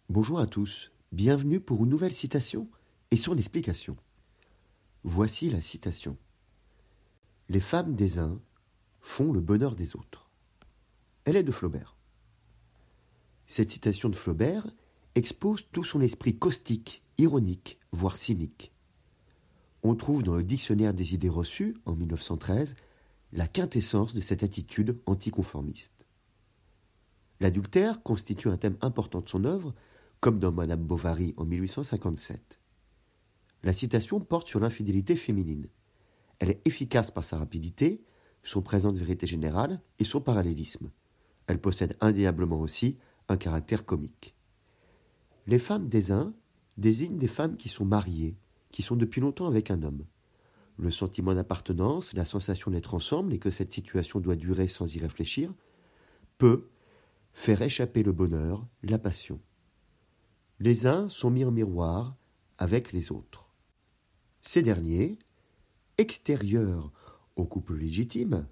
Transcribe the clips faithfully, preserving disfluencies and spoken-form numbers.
Bonjour à tous, bienvenue pour une nouvelle citation et son explication. Voici la citation. Les femmes des uns font le bonheur des autres. Elle est de Flaubert. Cette citation de Flaubert expose tout son esprit caustique, ironique, voire cynique. On trouve dans le Dictionnaire des idées reçues, en mille neuf cent treize, la quintessence de cette attitude anticonformiste. L'adultère constitue un thème important de son œuvre, comme dans Madame Bovary en mille huit cent cinquante-sept. La citation porte sur l'infidélité féminine. Elle est efficace par sa rapidité, son présent de vérité générale et son parallélisme. Elle possède indéniablement aussi un caractère comique. Les femmes des uns désignent des femmes qui sont mariées, qui sont depuis longtemps avec un homme. Le sentiment d'appartenance, la sensation d'être ensemble et que cette situation doit durer sans y réfléchir, peut faire échapper le bonheur, la passion. Les uns sont mis en miroir avec les autres. Ces derniers, extérieurs au couple légitime,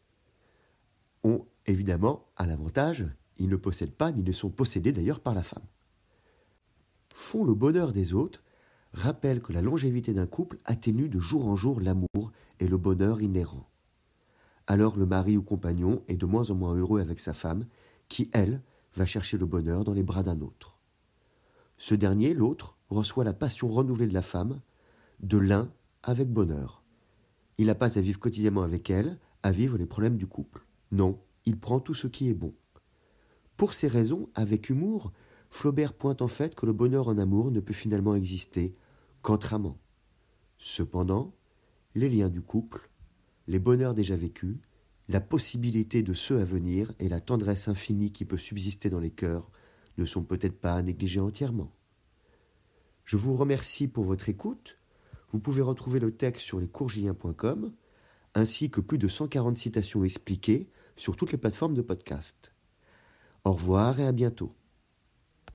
ont évidemment un avantage, ils ne possèdent pas ni ne sont possédés d'ailleurs par la femme. Font le bonheur des autres, rappelle que la longévité d'un couple atténue de jour en jour l'amour et le bonheur inhérent. Alors le mari ou compagnon est de moins en moins heureux avec sa femme, qui, elle, va chercher le bonheur dans les bras d'un autre. Ce dernier, l'autre, reçoit la passion renouvelée de la femme, de l'un avec bonheur. Il n'a pas à vivre quotidiennement avec elle, à vivre les problèmes du couple. Non, il prend tout ce qui est bon. Pour ces raisons, avec humour, Flaubert pointe en fait que le bonheur en amour ne peut finalement exister qu'entre amants. Cependant, les liens du couple, les bonheurs déjà vécus, la possibilité de ceux à venir et la tendresse infinie qui peut subsister dans les cœurs ne sont peut-être pas à négliger entièrement. Je vous remercie pour votre écoute. Vous pouvez retrouver le texte sur lescoursjulien point com ainsi que plus de cent quarante citations expliquées sur toutes les plateformes de podcast. Au revoir et à bientôt.